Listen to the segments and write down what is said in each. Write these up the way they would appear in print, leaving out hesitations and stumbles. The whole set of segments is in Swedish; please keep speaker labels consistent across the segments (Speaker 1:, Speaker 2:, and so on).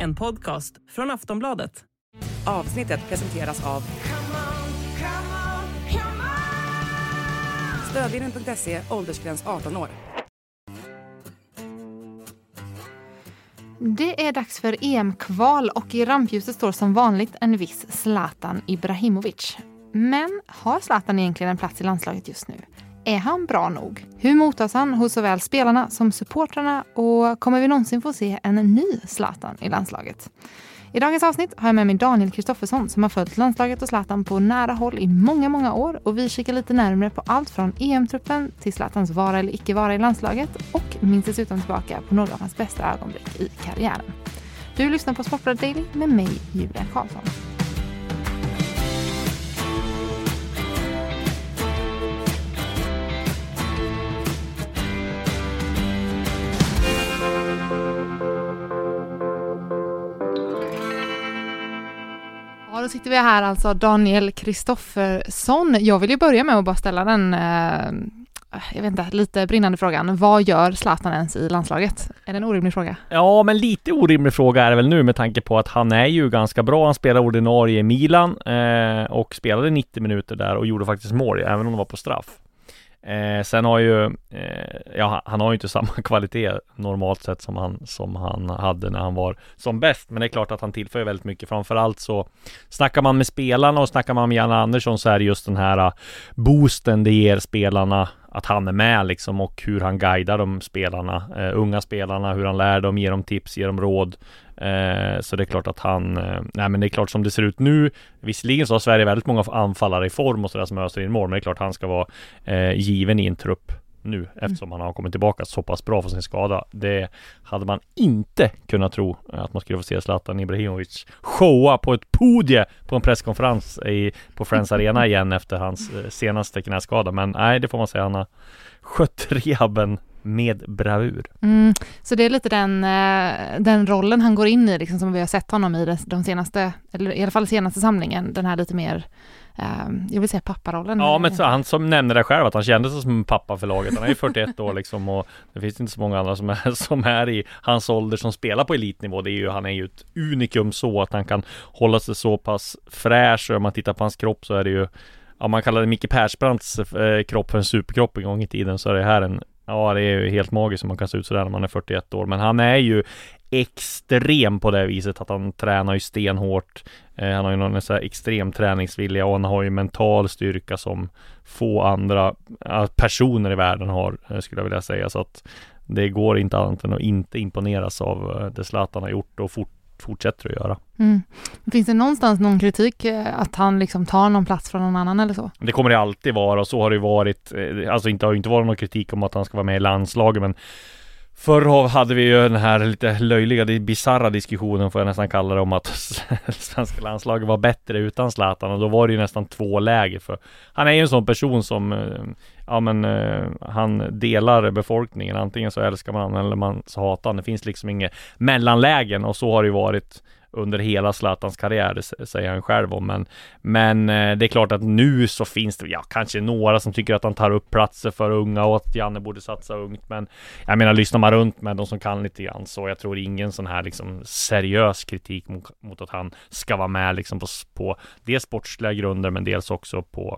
Speaker 1: en podcast från Aftonbladet. Avsnittet presenteras av Stödvinnen.se, åldersgräns 18 år.
Speaker 2: Det är dags för EM-kval och i rampljuset står som vanligt en viss Zlatan Ibrahimovic. Men har Zlatan egentligen en plats i landslaget just nu? Är han bra nog? Hur mottas han hos såväl spelarna som supportrarna? Och kommer vi någonsin få se en ny Zlatan i landslaget? I dagens avsnitt har jag med mig Daniel Kristoffersson som har följt landslaget och Zlatan på nära håll i många år. Och vi kikar lite närmare på allt från EM-truppen till Zlatans vara eller icke vara i landslaget. Och minns dessutom tillbaka på några av hans bästa ögonblick i karriären. Du lyssnar på Sportbladet Daily med mig, Julia Karlsson. Ja, då sitter vi här alltså, Daniel Kristoffersson. Jag vill ju börja med att bara ställa den, jag vet inte, lite brinnande frågan. Vad gör Zlatan ens i landslaget? Är det en orimlig fråga?
Speaker 3: Ja, men lite orimlig fråga är det väl nu med tanke på att han är ju ganska bra. Han spelar ordinarie i Milan och spelade 90 minuter där och gjorde faktiskt mål, även om det var på straff. Sen har ju han har ju inte samma kvalitet normalt sett som han hade när han var som bäst, men det är klart att han tillför väldigt mycket. Framförallt så snackar man med spelarna och snackar man med Janne Andersson, så är det just den här boosten det ger spelarna att han är med liksom, och hur han guidar de spelarna, unga spelarna, hur han lär dem, ger dem tips, ger dem råd. Så det är klart att men det är klart som det ser ut nu, visserligen så har Sverige väldigt många anfallare i form och sådär som öser in mål, men det är klart att han ska vara given i en trupp nu eftersom han har kommit tillbaka så pass bra för sin skada. Det hade man inte kunnat tro att man skulle få se Zlatan Ibrahimovic showa på ett podie på en presskonferens på Friends Arena igen efter hans senaste knäskada, men nej, det får man säga, han har skött rehaben med bravur.
Speaker 2: Så det är lite den rollen han går in i liksom, som vi har sett honom i de senaste, eller i alla fall senaste samlingen, den här lite mer jag vill säga papparollen.
Speaker 3: Ja, men så, han som nämnde det själv att han kände sig som en pappa för laget. Han är ju 41 år liksom, och det finns inte så många andra som är i hans ålder som spelar på elitnivå. Han är ju ett unikum så att han kan hålla sig så pass fräsch, och om man tittar på hans kropp så är det ju, man kallar det Micke Persbrandts kropp för en superkropp en gång i tiden, så är det här det är ju helt magiskt som man kan se ut sådär när man är 41 år. Men han är ju extrem på det viset att han tränar ju stenhårt. Han har ju någon så här extrem träningsvilja och han har ju mental styrka som få andra personer i världen har, skulle jag vilja säga. Så att det går inte annat än att inte imponeras av det Zlatan har gjort och fortsätter att göra.
Speaker 2: Finns det någonstans någon kritik att han liksom tar någon plats från någon annan eller så? Det
Speaker 3: kommer det alltid vara, och så har det varit. Alltså det har ju inte varit någon kritik om att han ska vara med i landslaget, men förr hade vi ju den här lite löjliga, bizarra diskussionen, får jag nästan kalla det, om att svenska landslaget var bättre utan Zlatan, och då var det ju nästan två läger, för han är ju en sån person som han delar befolkningen, antingen så älskar man eller man så hatar han. Det finns liksom inget mellanlägen, och så har det ju varit under hela Zlatans karriär, säger han själv om. Men det är klart att nu så finns det kanske några som tycker att han tar upp platser för unga och att Janne borde satsa ungt. Men jag menar, lyssnar man runt med de som kan lite grann, så jag tror ingen sån här liksom seriös kritik mot att han ska vara med liksom på dels sportsliga grunder, men dels också på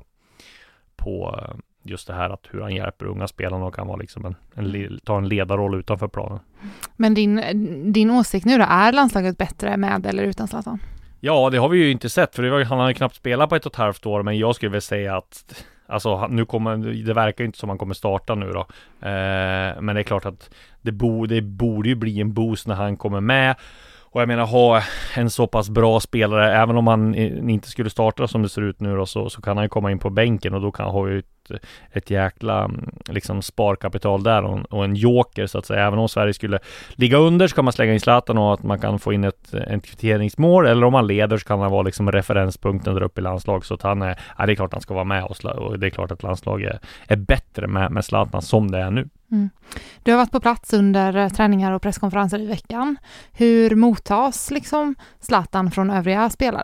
Speaker 3: just det här att hur han hjälper unga spelarna och kan vara liksom ta en ledarroll utanför planen.
Speaker 2: Men din åsikt nu då, är landslaget bättre med eller utan Zlatan?
Speaker 3: Ja, det har vi ju inte sett, för han har ju knappt spelat på 1,5 år, men jag skulle väl säga att det verkar ju inte som han kommer starta nu då. Men det är klart att det borde ju bli en boost när han kommer med. Och jag menar, ha en så pass bra spelare, även om han inte skulle starta som det ser ut nu då, så kan han ju komma in på bänken, och då kan han ha ju ett jäkla liksom sparkapital där och en joker så att säga. Även om Sverige skulle ligga under så kan man slänga in Zlatan, och att man kan få in ett kvitteringsmål, eller om man leder så kan han vara liksom referenspunkten där uppe i landslag. Så att det är klart att han ska vara med, och det är klart att landslaget är bättre med Zlatan som det är nu.
Speaker 2: Du har varit på plats under träningar och presskonferenser i veckan. Hur mottas liksom Zlatan från övriga spelare?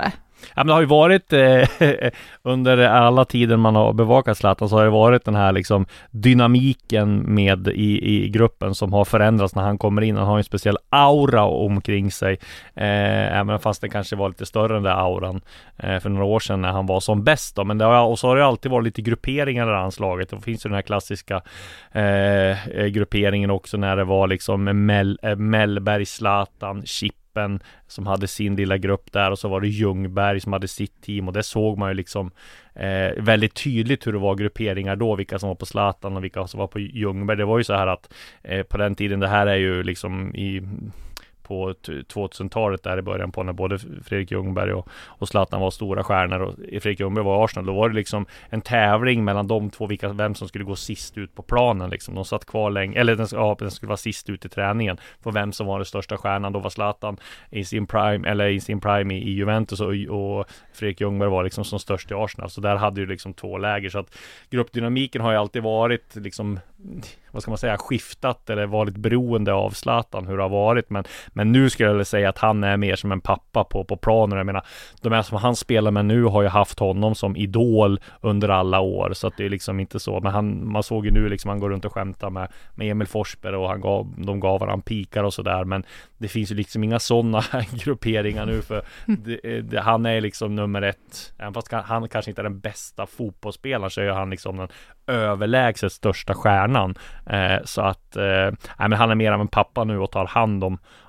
Speaker 3: Ja, men det har ju varit under alla tider man har bevakat Zlatan, så har det varit den här liksom dynamiken med i gruppen som har förändrats när han kommer in. Han har en speciell aura omkring sig, även fast det kanske var lite större än den auran för några år sedan när han var som bäst då. Men och så har det alltid varit lite grupperingar i landslaget. Det finns ju den här klassiska grupperingen också när det var liksom Mellberg, Zlatan, Chippen som hade sin lilla grupp där, och så var det Ljungberg som hade sitt team, och det såg man ju liksom väldigt tydligt hur det var grupperingar då, vilka som var på Zlatan och vilka som var på Ljungberg. Det var ju så här att på den tiden, det här är ju liksom på 2000-talet där i början på när både Fredrik Ljungberg och Zlatan var stora stjärnor, och Fredrik Ljungberg var Arsenal, då var det liksom en tävling mellan de två, vem som skulle gå sist ut på planen liksom. De satt kvar länge, eller den skulle vara sist ut i träningen för vem som var den största stjärnan. Då var Zlatan i sin prime i Juventus, och Fredrik Ljungberg var liksom som störst i Arsenal, så där hade ju liksom två läger, så att gruppdynamiken har ju alltid varit liksom, vad ska man säga, skiftat eller varit beroende av Zlatan, hur det har varit, men nu skulle jag säga att han är mer som en pappa på planen. Jag menar, de här som han spelar med nu har ju haft honom som idol under alla år, så att det är liksom inte så, men man såg ju nu liksom, han går runt och skämtar med Emil Forsberg, och de gav varandra pikar och sådär, men det finns ju liksom inga sådana grupperingar nu, för han är liksom nummer ett, även fast han kanske inte är den bästa fotbollsspelaren, så är han liksom den överlägset största stjärnan, så att men han är mer av en pappa nu och tar hand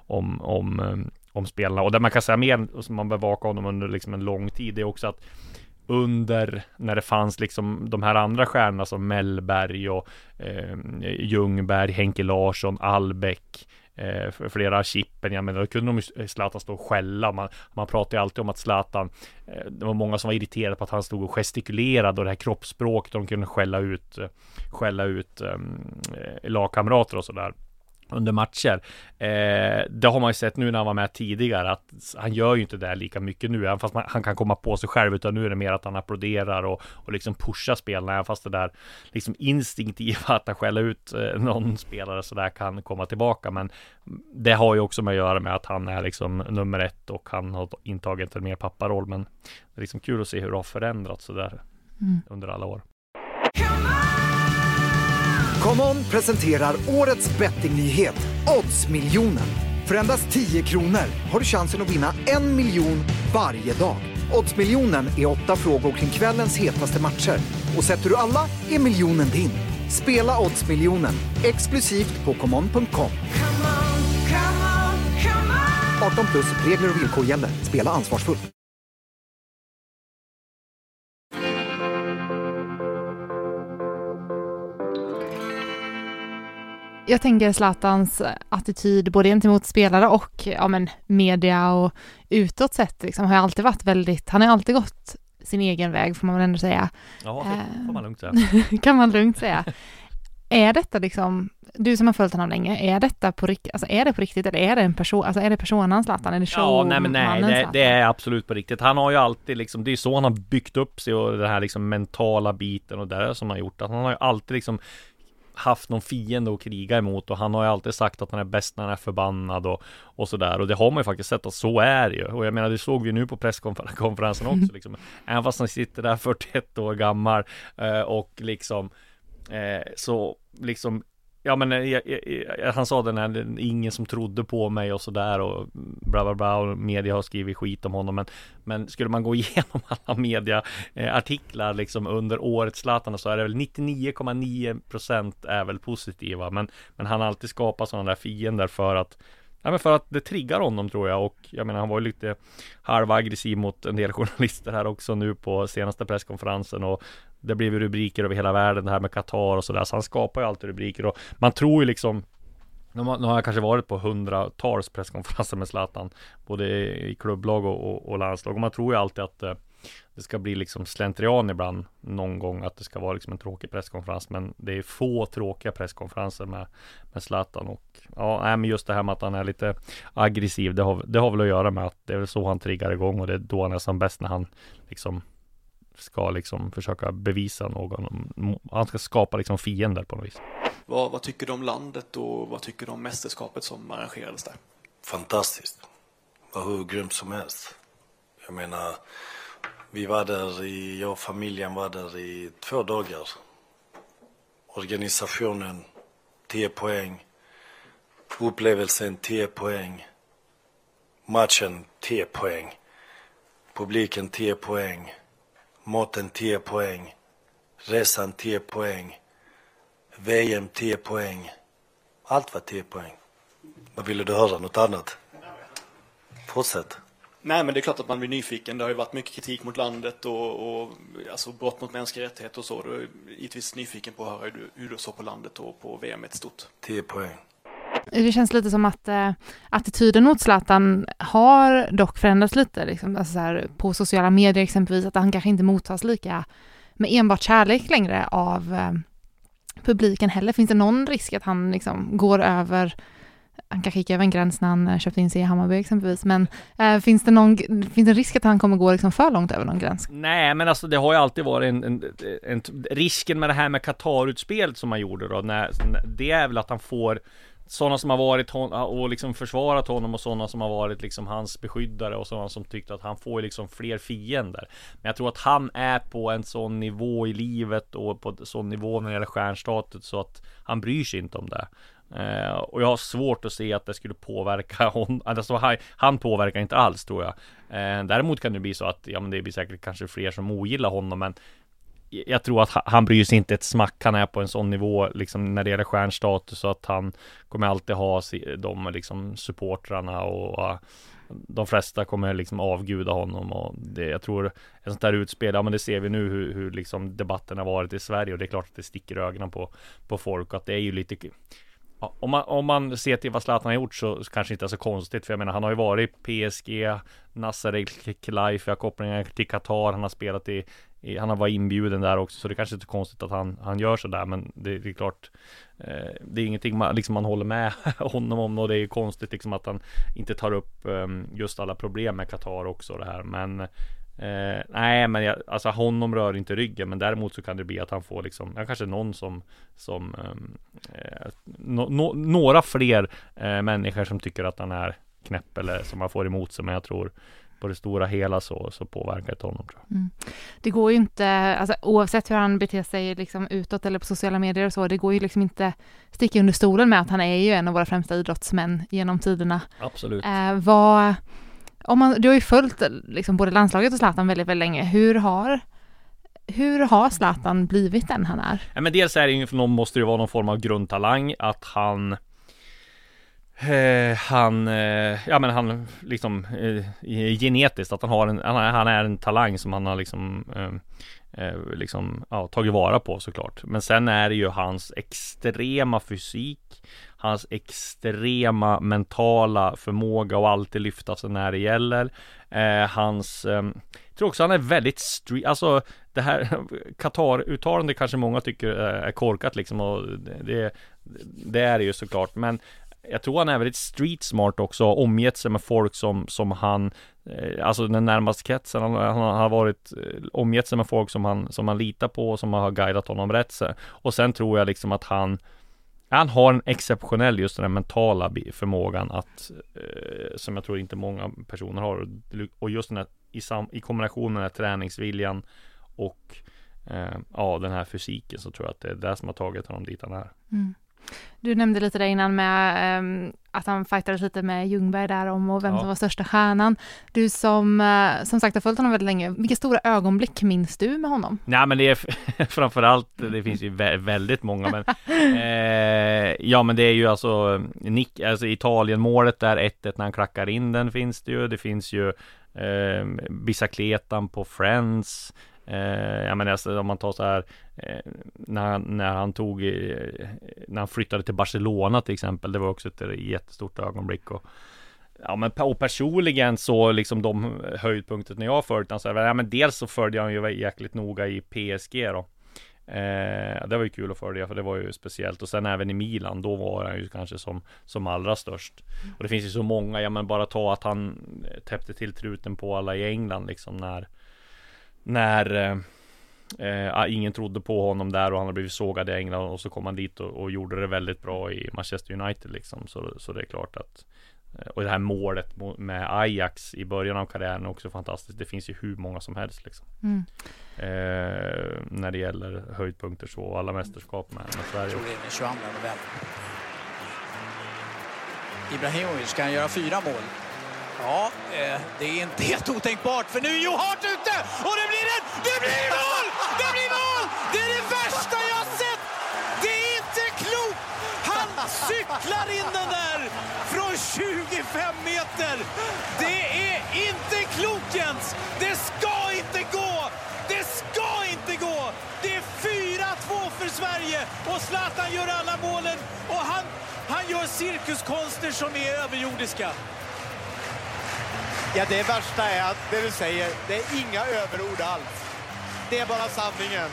Speaker 3: om spelarna. Och det man kan säga mer, som man bevakar honom under liksom en lång tid, det är också att när det fanns liksom de här andra stjärnorna som Mellberg och Ljungberg, Henke Larsson, Albeck, flera Chippen, jag menar, då kunde de Zlatan stå och skälla. Man pratar ju alltid om att Zlatan, det var många som var irriterade på att han stod och gestikulerade, och det här kroppsspråket, de kunde skälla ut lagkamrater och sådär under matcher. Det har man ju sett nu när han var med tidigare, att han gör ju inte det lika mycket nu, även fast han kan komma på sig själv, utan nu är det mer att han applåderar och liksom pushar spelarna, även fast det där liksom instinktiva att han skäller ut någon spelare så där kan komma tillbaka. Men det har ju också med att göra med att han är liksom nummer ett, och han har intagit en mer papparoll, men det är liksom kul att se hur det har förändrats så där under alla år.
Speaker 4: ComeOn presenterar årets bettingnyhet, Oddsmiljonen. För endast 10 kronor har du chansen att vinna 1 miljon varje dag. Oddsmiljonen är 8 frågor kring kvällens hetaste matcher. Och sätter du alla är miljonen din. Spela Oddsmiljonen, exklusivt på ComeOn.com. 18 plus, regler och villkor gäller. Spela ansvarsfullt.
Speaker 2: Jag tänker Zlatans attityd både gentemot spelare och media och utåt sett liksom, har alltid varit väldigt, han har alltid gått sin egen väg, får man väl ändå säga.
Speaker 3: Ja, det får man lugnt säga.
Speaker 2: Kan man lugnt säga. Är detta liksom, du som har följt honom länge, är detta på riktigt, alltså är det på riktigt, eller är det en person, alltså är det personen Zlatan, eller
Speaker 3: nej, det är absolut på riktigt. Han har ju alltid liksom, det är så han har byggt upp sig, och den här liksom mentala biten och det som har gjort att han har ju alltid liksom haft någon fiende att kriga emot, och han har ju alltid sagt att han är bäst när han är förbannad och sådär, och det har man ju faktiskt sett att så är det ju, och jag menar, det såg vi nu på presskonferensen också liksom. Även fast han sitter där 41 år gammal och liksom så liksom, ja men han sa den här, ingen som trodde på mig och sådär, och bla bla bla, och media har skrivit skit om honom, men skulle man gå igenom alla mediaartiklar liksom under årets Zlatan, så är det väl 99,9% är väl positiva, men han har alltid skapat sådana där fiender för att det triggar honom, tror jag. Och jag menar, han var ju lite halvaggressiv mot en del journalister här också nu på senaste presskonferensen, och det blev rubriker över hela världen, det här med Qatar och sådär, så han skapar ju alltid rubriker, och man tror ju liksom, nu har jag kanske varit på 100-tals presskonferenser med Zlatan, både i klubblag och landslag, och man tror ju alltid att det ska bli liksom slentrian ibland någon gång, att det ska vara liksom en tråkig presskonferens, men det är få tråkiga presskonferenser med Zlatan. Och men just det här med att han är lite aggressiv, det har väl att göra med att det är väl så han triggar igång, och det är då han är som bäst, när han liksom ska liksom försöka bevisa någon, han ska skapa liksom fiender på något vis.
Speaker 5: Vad tycker du om landet, och vad tycker du om mästerskapet som arrangerades där?
Speaker 6: Fantastiskt. Var hur grymt som helst. Jag menar, jag och familjen var där i 2 dagar. Organisationen 10 poäng. Upplevelsen 10 poäng. Matchen 10 poäng. Publiken 10 poäng. Maten 10 poäng. Resan 10 poäng. VM 10 poäng. Allt var 10 poäng. Vad ville du höra? Något annat? Fortsätt.
Speaker 5: Nej, men det är klart att man blir nyfiken. Det har ju varit mycket kritik mot landet och alltså brott mot mänskliga rättigheter och så. Du är givetvis nyfiken på att höra hur du såg på landet och på VM ett stort.
Speaker 6: 10 poäng.
Speaker 2: Det känns lite som att attityden mot Zlatan har dock förändrats lite. Liksom. Alltså så här, på sociala medier exempelvis, att han kanske inte mottas lika med enbart kärlek längre av publiken heller. Finns det någon risk att han liksom går över, han kanske gick över en gräns när han köpte in sig i Hammarby exempelvis, men finns det en risk att han kommer gå liksom för långt över någon gräns?
Speaker 3: Nej, men alltså det har ju alltid varit en risken med det här med Qatar-utspelet som han gjorde då, det är väl att han får sådana som har varit och liksom försvarat honom och sådana som har varit liksom hans beskyddare och sådana som tyckte att han får liksom fler fiender. Men jag tror att han är på en sån nivå i livet och på en sån nivå när det gäller stjärnstatus så att han bryr sig inte om det. Och jag har svårt att se att det skulle påverka honom. Alltså, han påverkar inte alls, tror jag. Däremot kan det bli så att men det blir säkert kanske fler som ogillar honom, men jag tror att han bryr sig inte ett smack. Han är på en sån nivå liksom, när det gäller stjärnstatus, så att han kommer alltid ha de liksom, supportrarna och de flesta kommer liksom avguda honom. Och jag tror ett sånt där utspel, men det ser vi nu hur liksom debatten har varit i Sverige, och det är klart att det sticker ögonen på folk, att det är ju lite... Om man ser till vad Zlatan har gjort så kanske inte är så konstigt, för jag menar, han har ju varit PSG, Nasser El-Khelaifi, har kopplingar till Qatar, han har spelat han har varit inbjuden där också, så det kanske inte är konstigt att han gör så där, men det är klart, det är ingenting man håller med honom om, och det är konstigt liksom att han inte tar upp just alla problem med Qatar också, det här, men nej, men alltså honom rör inte ryggen, men däremot så kan det bli att han får liksom, kanske någon några fler människor som tycker att han är knäpp eller som han får emot sig, men jag tror på det stora hela så påverkar det honom, tror jag.
Speaker 2: Det går ju inte, alltså, oavsett hur han beter sig liksom utåt eller på sociala medier och så, det går ju liksom inte sticka under stolen med att han är ju en av våra främsta idrottsmän genom tiderna.
Speaker 3: Absolut.
Speaker 2: Du har ju följt liksom både landslaget och Zlatan väldigt, väldigt länge. Hur har Zlatan blivit den han är?
Speaker 3: Ja, men dels är det ju, för någon måste det vara någon form av grundtalang, att han liksom genetiskt, att han är en talang som han har tagit vara på, såklart. Men sen är det ju hans extrema fysik, hans extrema mentala förmåga och alltid lyfta sig när det gäller. Jag tror också han är väldigt alltså det här Qatar-uttalande kanske många tycker är korkat liksom, och det är det ju såklart, men jag tror han är väldigt street smart också, omgett sig med folk som han, alltså den närmaste kretsen, han har varit omgett sig med folk som han litar på och som har guidat honom rätt. Och sen tror jag liksom att han har en exceptionell just den här mentala förmågan att, som jag tror inte många personer har, och just den här i kombination med den här träningsviljan och den här fysiken, så tror jag att det är det som har tagit honom dit han är.
Speaker 2: Du nämnde lite där innan med att han fightade lite med Ljungberg där om och vem som var största stjärnan. Du som sagt har följt honom väldigt länge. Vilka stora ögonblick minns du med honom?
Speaker 3: Nej, men det är framförallt, det finns ju väldigt många, men men det är ju alltså Italien-målet där 1-1 när han klackar in, den finns det ju. Det finns ju Bicicletan på Friends. Om man tar så här när han flyttade till Barcelona till exempel, det var också ett jättestort ögonblick. Och personligen så liksom de höjdpunkter när jag följde han, men dels så följde jag ju jäkligt noga i PSG då. Det var ju kul att följa, för det var ju speciellt, och sen även i Milan, då var han ju kanske som allra störst. Och det finns ju så många, men bara ta att han täppte till truten på alla i England liksom, när ingen trodde på honom där och han hade blivit sågad i England, och så kom han dit och gjorde det väldigt bra i Manchester United liksom. Så det är klart att Och det här målet med Ajax i början av karriären är också fantastiskt. Det finns ju hur många som helst liksom. När det gäller höjdpunkter så, och alla mästerskap med Sverige.
Speaker 7: Jag tror det är den 22 november. Ibrahimovic kan göra 4 mål. Ja, det är inte helt otänkbart, för nu är Joe Hart ute och det blir mål! Det blir mål! Det är det värsta jag har sett! Det är inte klokt! Han cyklar in den där från 25 meter! Det är inte klokt, Jens! Det ska inte gå! Det ska inte gå! Det är 4-2 för Sverige och Zlatan gör alla målen och han gör cirkuskonster som är överjordiska.
Speaker 8: Ja, det värsta är att det du säger, det är inga överord alls. Det är bara sanningen.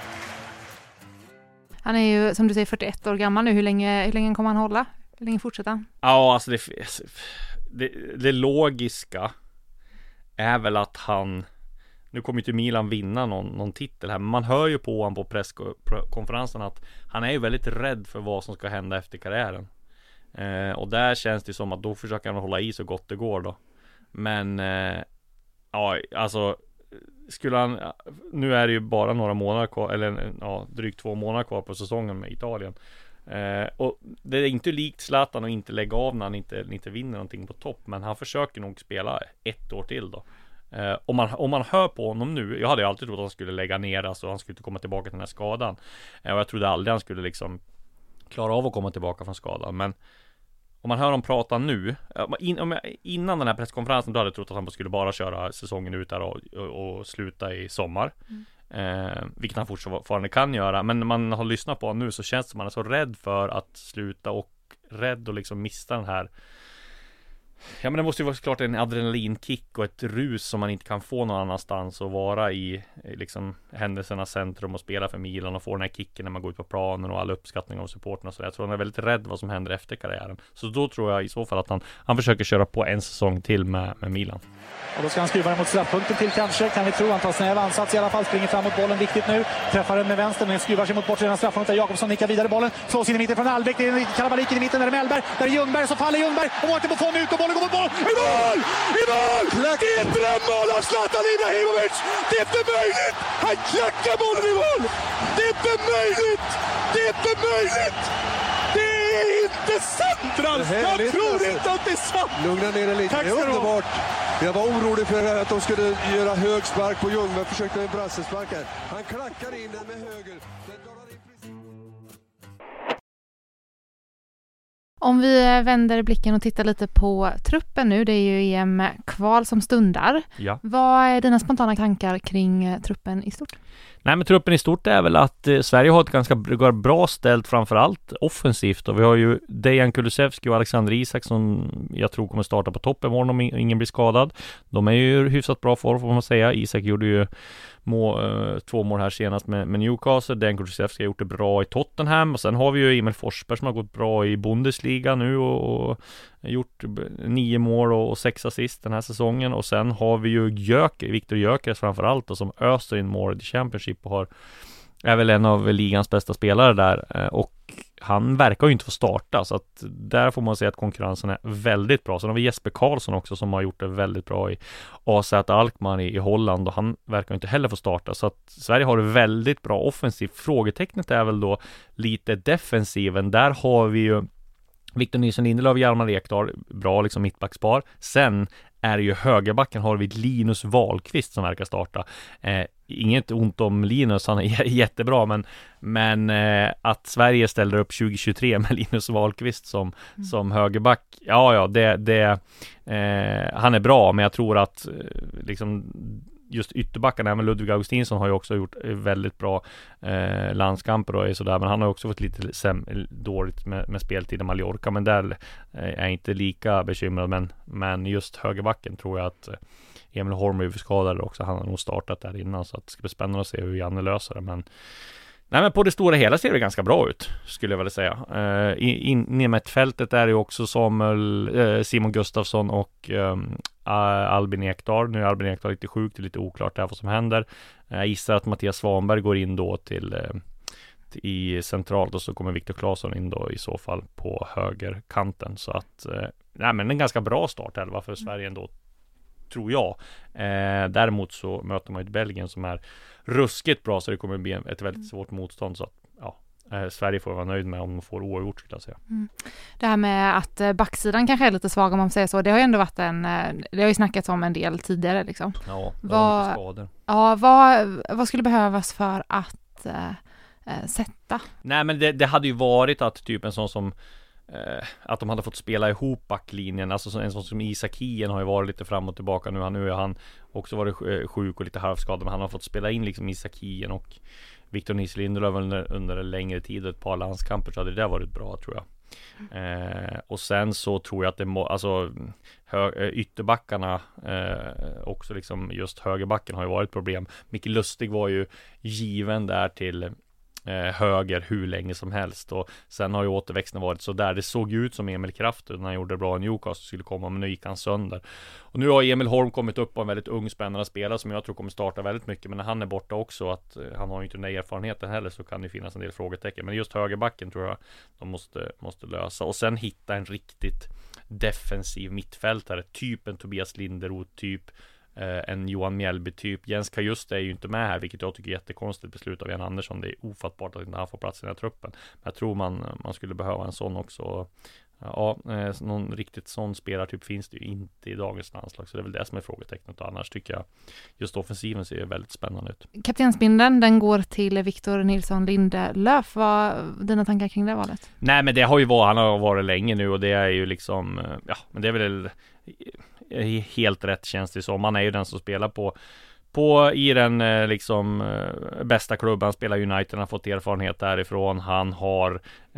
Speaker 2: Han är ju, som du säger, 41 år gammal nu. Hur länge kommer han hålla? Hur länge fortsätter han?
Speaker 3: Ja, alltså det logiska är väl att nu kommer ju inte Milan vinna någon titel här, men man hör ju på honom på presskonferensen att han är ju väldigt rädd för vad som ska hända efter karriären. Och där känns det som att då försöker han hålla i så gott det går då. Men ja, alltså skulle han, nu är det ju bara några månader kvar, eller ja, drygt 2 månader kvar på säsongen med Italien. Och det är inte likt Zlatan att inte lägga av när han inte vinner någonting på topp, men han försöker nog spela 1 år till då. Om man hör på honom nu, jag hade ju alltid trott att han skulle lägga ner, alltså han skulle inte komma tillbaka till den här skadan. Och jag trodde aldrig han skulle liksom klara av att komma tillbaka från skadan, men om man hör dem prata nu, innan den här presskonferensen, då hade jag trott att han skulle bara köra säsongen ut där och sluta i sommar. Vilket han fortfarande kan göra. Men när man har lyssnat på honom nu så känns det som att man är så rädd för att sluta och rädd att liksom mista den här. Ja, men det måste ju vara såklart en adrenalinkick och ett rus som man inte kan få någon annanstans, och vara i liksom händelsernas centrum och spela för Milan och få den här kicken när man går ut på planen och all uppskattning av supporterna. Så jag tror han är väldigt rädd vad som händer efter karriären. Så då tror jag i så fall att han försöker köra på en säsong till med Milan.
Speaker 9: Och då ska han skruva mot straffpunkten till kanske, kan vi tro. Han tar snäv ansats i alla fall, springer fram mot bollen viktigt nu. Träffar den med vänster, men skruvar sig mot bortre straffpunkten. Jakobsson nickar vidare bollen, slås in i mitten från Albeck. Det är kalabalik i mitten, där är Mellberg. Där är Ljungberg, så faller Ljungberg. Och Mårten på fån ut och bollen går mot boll. I mål! I mål! Det är ett drömmål av Zlatan Ibrahimovic! Det är inte möjligt! Han klackar bollen i mål! Det är inte möjligt! Det är inte möjligt! Det är inte sant, Ralf! Jag tror inte att det är sant!
Speaker 10: Lugna ner dig lite, det är underbart. Jag var orolig för att de skulle göra hög spark på Ljungberg, försökte med brassespark här. Han klackar in den med höger.
Speaker 2: Om vi vänder blicken och tittar lite på truppen nu, det är ju EM-kval som stundar.
Speaker 3: Ja.
Speaker 2: Vad är dina spontana tankar kring truppen i stort?
Speaker 3: Nej, men truppen i stort är väl att Sverige har ett ganska bra ställt, framförallt offensivt. Och vi har ju Dejan Kulusevski och Alexander Isak som jag tror kommer starta på toppen imorgon om ingen blir skadad. De är ju hyfsat bra form, får man säga. Isak gjorde ju 2 mål här senast med Newcastle. Dejan Kulusevski har gjort det bra i Tottenham. Och sen har vi ju Emil Forsberg som har gått bra i Bundesliga nu och gjort 9 mål och 6 assist den här säsongen. Och sen har vi ju Viktor Gyökeres framförallt då, som öser in mål i Championship och är väl en av ligans bästa spelare där, och han verkar ju inte få starta, så att där får man säga att konkurrensen är väldigt bra. Sen har vi Jesper Karlsson också som har gjort det väldigt bra i AZ Alkmaar i Holland, och han verkar inte heller få starta, så att Sverige har det väldigt bra offensivt. Frågetecknet är väl då lite defensiven. Där har vi ju Victor Nilsson Lindelöf och Hjalmar Ekdal, bra liksom mittbackspar. Sen är det ju högerbacken, har vi Linus Wahlqvist som verkar starta. Inget ont om Linus, han är jättebra, men att Sverige ställer upp 2023 med Linus Wahlqvist som högerback, han är bra, men jag tror att liksom just ytterbackarna med Ludvig Augustinsson har ju också gjort väldigt bra landskamper och sådär, men han har också fått lite dåligt med speltid i Mallorca, men där är jag inte lika bekymrad, men just högerbacken tror jag att Emil Holm är skadad också, han har nog startat där innan, så att det ska bli spännande att se hur Janne löser det, men på det stora hela ser det ganska bra ut, skulle jag väl säga. Inne med fältet är det också Simon Gustafsson och Albin Ekdal. Nu är Albin Ekdal lite sjuk, det är lite oklart där vad som händer. Jag gissar att Mattias Svanberg går in då i centralt, och så kommer Viktor Claesson in då i så fall på högerkanten. Så att en ganska bra startelva för Sverige ändå, tror jag. Däremot så möter man ju Belgien som är ruskigt bra, så det kommer bli ett väldigt svårt motstånd, så att Sverige får vara nöjd med om de får oavgjort, skulle jag säga.
Speaker 2: Det här med att backsidan kanske är lite svag, om man säger så, det har ju ändå varit det har ju snackats om en del tidigare liksom.
Speaker 3: Ja,
Speaker 2: vad skulle behövas för att sätta?
Speaker 3: Nej, men det hade ju varit att typ en sån som att de hade fått spela ihop backlinjen, alltså en sån som Isak Hien har ju varit lite fram och tillbaka nu har han också varit sjuk och lite halvskadad, men han har fått spela in liksom Isak Hien och Victor Nils Lindelöf under en längre tid och ett par landskamper, så hade det där varit bra, tror jag. Och sen så tror jag att ytterbackarna också liksom, just högerbacken har ju varit ett problem. Micke Lustig var ju given där till höger hur länge som helst, och sen har ju återväxten varit så där. Det såg ut som Emil Kraft när han gjorde bra i Newcastle skulle komma, men nu gick han sönder. Och nu har Emil Holm kommit upp på en väldigt ung spännande spelare som jag tror kommer starta väldigt mycket, men när han är borta också, att han har ju inte den erfarenheten heller, så kan det finnas en del frågetecken. Men just högerbacken tror jag de måste lösa, och sen hitta en riktigt defensiv mittfältare, typ en Tobias Linderoth, typ en Johan Mjällby typ. Jens Kajuste är ju inte med här, vilket jag tycker är jättekonstigt beslut av Jan Andersson. Det är ofattbart att inte han får plats i den här truppen. Men jag tror man skulle behöva en sån också. Ja, någon riktigt sån spelartyp finns det ju inte i dagens landslag, så det är väl det som är frågetecknet. Och annars tycker jag just offensiven ser väldigt spännande ut.
Speaker 2: Kaptensbindeln, den går till Victor Nilsson Lindelöf. Vad dina tankar kring det valet?
Speaker 3: Nej, men det har ju varit, han har varit länge nu, och det är ju liksom, men det är väl helt rätt, känns det som. Han är ju den som spelar i den bästa klubben. Han spelar United, han har fått erfarenhet därifrån. Han har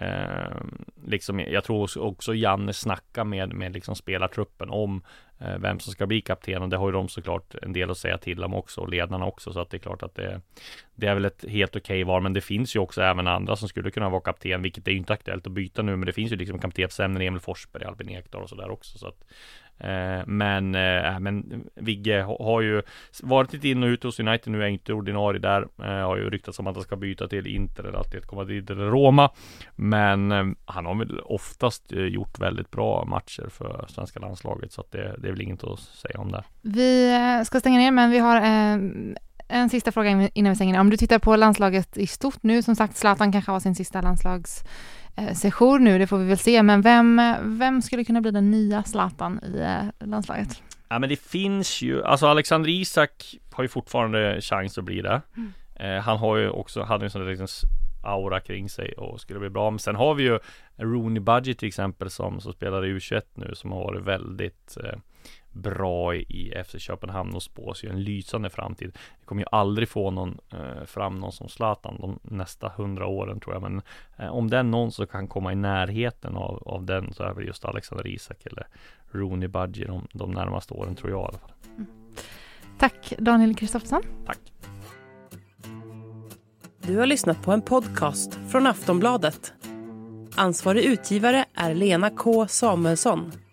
Speaker 3: jag tror också Janne snackar med liksom spelartruppen om vem som ska bli kapten, och det har ju de såklart en del att säga till om också, och ledarna också, så att det är klart att det är väl ett helt okej val, men det finns ju också även andra som skulle kunna vara kapten, vilket är ju inte aktuellt att byta nu, men det finns ju liksom kaptensämnen, Emil Forsberg, Albin Ekdal och sådär också, så att men Vigge har ju varit lite in och ut hos United, nu är inte ordinarie där, har ju ryktats om att han ska byta till Inter eller Atletico Madrid eller Roma, men han har väl oftast gjort väldigt bra matcher för svenska landslaget, så att det är väl inget att säga om det.
Speaker 2: Vi ska stänga ner, men vi har en sista fråga innan vi stänger ner. Om du tittar på landslaget i stort nu, som sagt, Zlatan kanske har sin sista landslagssession nu, det får vi väl se, men vem skulle kunna bli den nya Zlatan i landslaget?
Speaker 3: Ja, men det finns ju, alltså Alexander Isak har ju fortfarande chans att bli det. Han har ju också, hade en sån där aura kring sig och skulle bli bra. Men sen har vi ju Rooney Budgie till exempel som spelar i U21 nu, som har varit väldigt bra i FC Köpenhamn och spås ju en lysande framtid. Vi kommer ju aldrig få någon som Zlatan de nästa 100 åren, tror jag, men om det är någon som kan komma i närheten av den, så är det just Alexander Isak eller Rooney Budgie de närmaste åren, tror jag i alla fall.
Speaker 2: Tack Daniel Kristoffersson.
Speaker 3: Tack.
Speaker 1: Du har lyssnat på en podcast från Aftonbladet. Ansvarig utgivare är Lena K. Samuelsson.